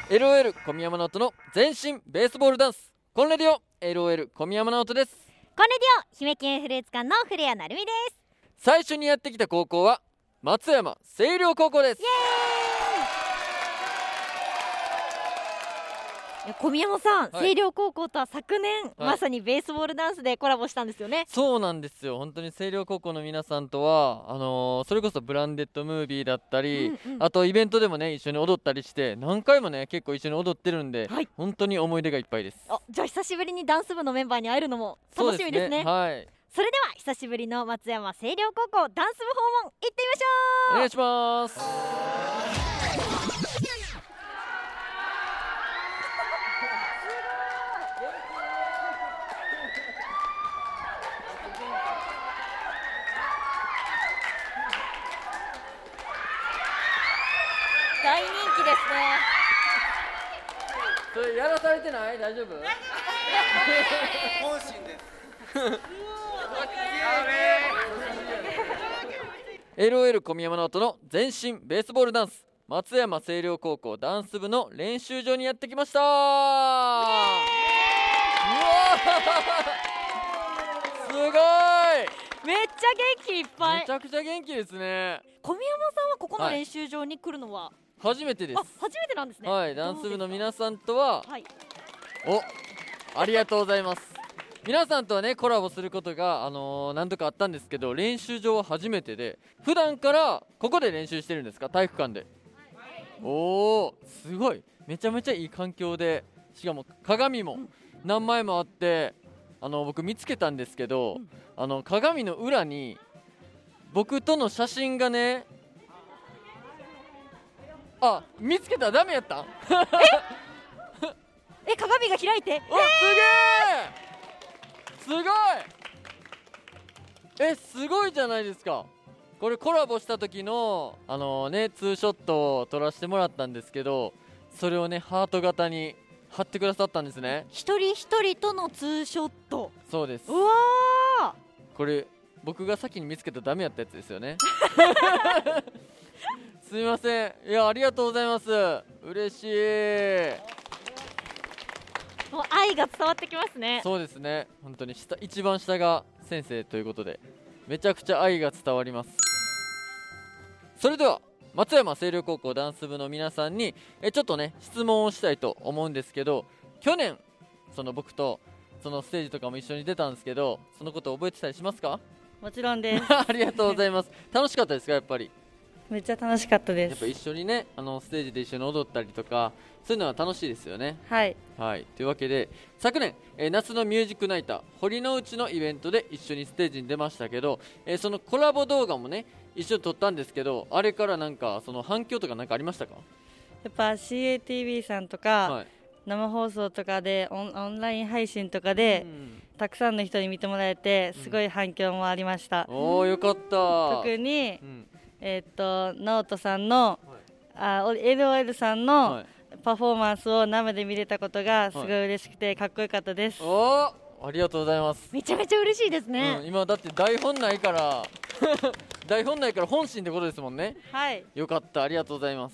LOL 小宮山直人の全身ベースボールダンス。コンレディオ LOL 小宮山直人です。 コンレディオ姫県フルーツ館の古谷成美です。 最初にやってきた高校は松山清涼高校です。イエーイ。小宮山さん、清涼高校とは昨年、 い、 まさにベースボールダンスでコラボしたんですよね。 そうなんですよ。本当に清涼高校の皆さんとはそれこそブランデッドムービーだったり、あとイベントでもね一緒に踊ったりして何回もね結構一緒に踊ってるんで、本当に思い出がいっぱいです。 じゃあ久しぶりにダンス部のメンバーに会えるのも楽しみですね。はい、それでは久しぶりの松山清涼高校ダンス部訪問行ってみましょう。 お願いします。 大人気ですね。 それやらされてない？大丈夫？ 本心です。 LOL 小宮山直人の全身ベースボールダンス。松山清涼高校ダンス部の練習場にやってきました。うわすごい。 めっちゃ元気いっぱい。 めちゃくちゃ元気ですね。 小宮山さんはここの練習場に来るのは、 初めてです。 初めてなんですね。 はい、ダンス部の皆さんとは、ありがとうございます。皆さんとはねコラボすることが何度かあったんですけど、練習場は初めてで、普段からここで練習してるんですか？体育館で。おーすごい、めちゃめちゃいい環境で、しかも鏡も何枚もあって、僕見つけたんですけど、鏡の裏に僕との写真がね、見つけたらダメやった鏡が開いて、 すごいすごいじゃないですか。これコラボした時のツーショットを撮らせてもらったんですけど、それをねハート型に貼ってくださったんですね。 一人一人とのツーショット。 そうです。 うわー、 これ僕が先に見つけたらダメやったやつですよねすみません。いや、ありがとうございます。嬉しい。 もう愛が伝わってきますね。 そうですね。本当に一番下が先生ということで、めちゃくちゃ愛が伝わります。それでは松山清涼高校ダンス部の皆さんにちょっとね質問をしたいと思うんですけど、去年僕とそのステージとかも一緒に出たんですけど、そのこと覚えてたりしますか？ もちろんです。 ありがとうございます。楽しかったですか？やっぱりめっちゃ楽しかったです。 やっぱ一緒にねステージで一緒に踊ったりとか、そういうのは楽しいですよね。 はい、 というわけで昨年、夏のミュージックナイター堀之内のイベントで一緒にステージに出ましたけど、そのコラボ動画もね一緒に撮ったんですけど、あれからなんかその反響とかなんかありましたか？ やっぱ CATV さんとか、生放送とかでオンライン配信とかで、たくさんの人に見てもらえてすごい反響もありました。 おーよかった。 特に、直人さんの、LOL さんの、パフォーマンスを生で見れたことがすごい嬉しくてかっこよかったです。 ありがとうございます。 めちゃめちゃ嬉しいですね。 今だって台本ないから台本ないから本心ってことですもんね。 はい、 よかった。ありがとうございます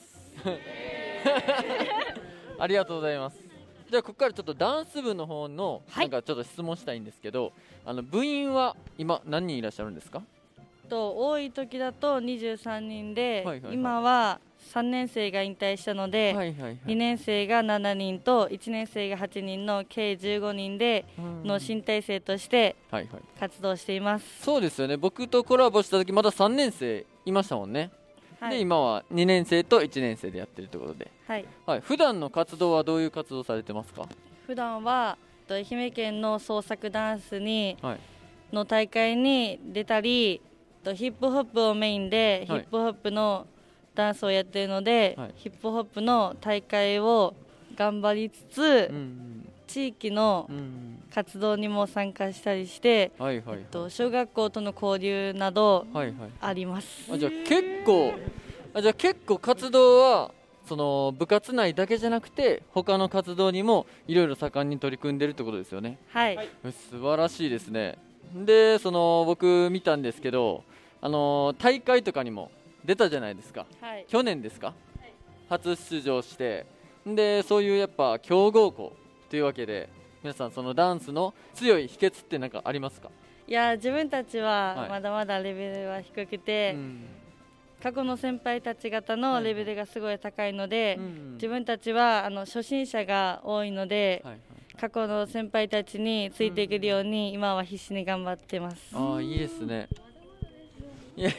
ありがとうございます。じゃあここからちょっとダンス部の方のなんかちょっと質問したいんですけど、部員は今何人いらっしゃるんですか？ 多い時だと23人で、今は3年生が引退したので、2年生が7人と1年生が8人の計15人での新体制として活動しています。 そうですよね。僕とコラボした時まだ3年生いましたもんね。で今は2年生と1年生でやってるということで、普段の活動はどういう活動されてますか？ 普段は愛媛県の創作ダンスの大会に出たり、ヒップホップをメインでヒップホップのダンスをやっているので、ヒップホップの大会を頑張りつつ、地域の活動にも参加したりして、小学校との交流などあります。 じゃあ結構活動はその部活内だけじゃなくて他の活動にもいろいろ盛んに取り組んでるってことですよね。 はい、 素晴らしいですね。で僕見たんですけど、大会とかにも出たじゃないですか。去年ですか、初出場してでそういうやっぱ強豪校というわけで、皆さんそのダンスの強い秘訣って何かありますか？ いや自分たちはまだまだレベルは低くて、過去の先輩たち方のレベルがすごい高いので、自分たちは初心者が多いので、過去の先輩たちについていけるように今は必死に頑張ってます。 いいですね。いや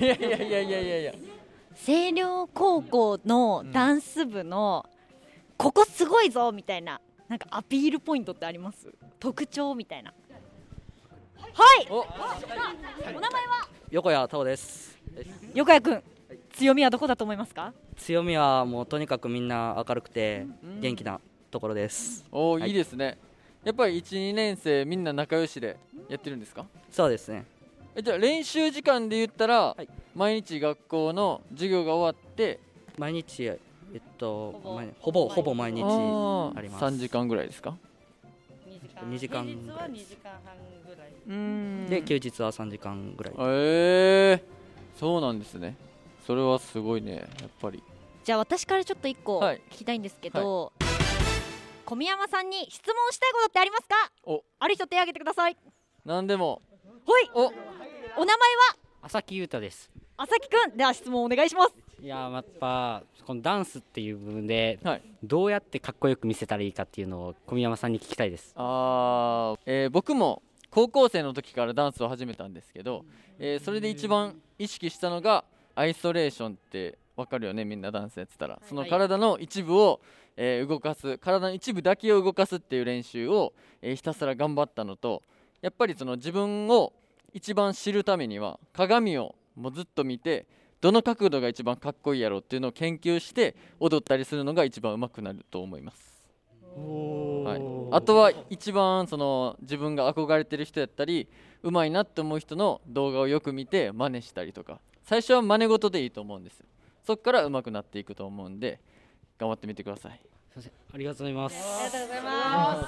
星稜高校のダンス部のここすごいぞみたいな、なんかアピールポイントってあります？特徴みたいな。はい、お名前は横谷太郎です。 横谷くん、強みはどこだと思いますか？ 強みはもうとにかくみんな明るくて元気なところです。 いいですね。やっぱり 1,2 年生みんな仲良しでやってるんですか？ そうですね。 じゃあ練習時間で言ったら、毎日学校の授業が終わって毎日ほぼ毎日あります。 3時間ぐらいですか ？2時間ぐらい。 平日は2時間半ぐらいで休日は3時間ぐらい。 そうなんですね。それはすごいね、やっぱり。 じゃあ私からちょっと1個聞きたいんですけど、小宮山さんに質問したいことってありますか？ある人手を挙げてください。 何でも。 はい。お名前は？ 浅木優太です。 浅木くん、では質問お願いします。 いややっぱこのダンスっていう部分で、どうやってかっこよく見せたらいいかっていうのを小宮山さんに聞きたいです。 僕も高校生の時からダンスを始めたんですけど、それで一番意識したのがアイソレーションって分かるよね、みんなダンスやってたら。その体の一部を、動かす、体の一部だけを動かすっていう練習を、ひたすら頑張ったのと、やっぱりその自分を一番知るためには鏡をもうずっと見て、どの角度が一番かっこいいやろうっていうのを研究して踊ったりするのが一番上手くなると思います。あとは一番その自分が憧れてる人やったり上手いなって思う人の動画をよく見て真似したりとか、最初は真似事でいいと思うんですよ。そっから上手くなっていくと思うんで頑張ってみてください。 ありがとうございます。 ありがとうございます。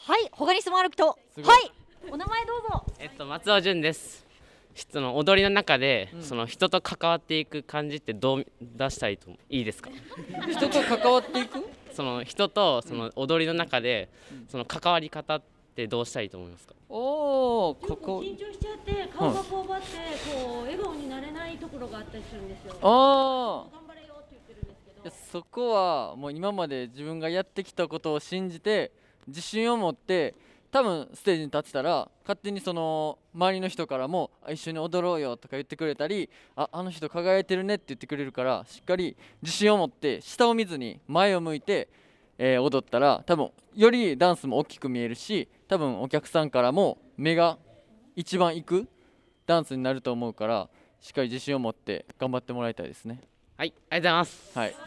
はい、他に質問ある人。はい、お名前どうぞ。 松尾純です。その踊りの中で、その人と関わっていく感じってどう出したいといいですか？ 人と関わっていく？ その人とその踊りの中で、その関わり方ってどうしたいと思いますか？ 緊張しちゃって顔がこわばってこう笑顔になれないところがあったりするんですよ。頑張れよって言ってるんですけど、 そこはもう今まで自分がやってきたことを信じて自信を持って、多分ステージに立ってたら勝手にその周りの人からも一緒に踊ろうよとか言ってくれたり、あの人輝いてるねって言ってくれるから、しっかり自信を持って下を見ずに前を向いて、踊ったら多分よりダンスも大きく見えるし、多分お客さんからも目が一番いくダンスになると思うから、しっかり自信を持って頑張ってもらいたいですね。 はい、ありがとうございます。 はい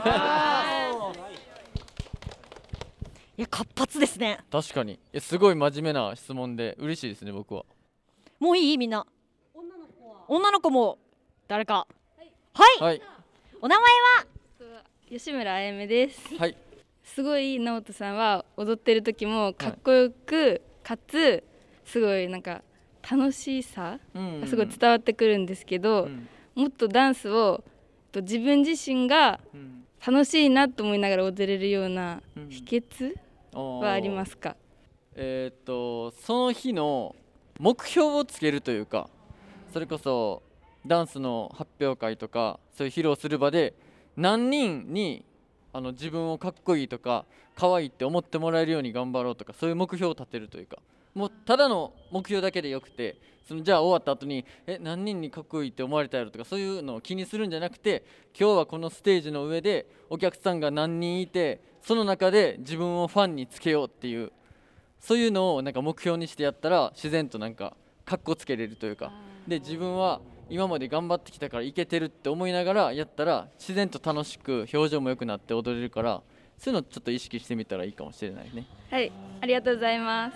いや活発ですね。 確かにすごい真面目な質問で嬉しいですね。僕はもういい？みんな女の子も誰か。はい、お名前は？ 吉村あやめです。 はい。 すごい直人さんは踊ってる時もかっこよく、かつすごいなんか楽しさがすごい伝わってくるんですけど、もっとダンスを自分自身が楽しいなと思いながら踊れるような秘訣はありますか？ その日の目標をつけるというか、それこそダンスの発表会とかそういう披露する場で何人に自分をかっこいいとか可愛いって思ってもらえるように頑張ろうとか、そういう目標を立てるというか、もうただの目標だけでよくて、じゃあ終わった後に何人にかっこいいって思われたやろとか、そういうのを気にするんじゃなくて、今日はこのステージの上でお客さんが何人いて、その中で自分をファンにつけようっていう、そういうのをなんか目標にしてやったら自然となんかかっこつけれるというか、で自分は今まで頑張ってきたからいけてるって思いながらやったら自然と楽しく表情も良くなって踊れるから、そういうのちょっと意識してみたらいいかもしれないね。 はい、ありがとうございます。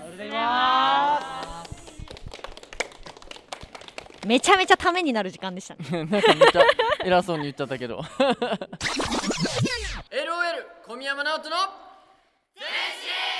めちゃめちゃためになる時間でしたねなんかめっちゃ偉そうに言っちゃったけどLOL 小宮山直人の全身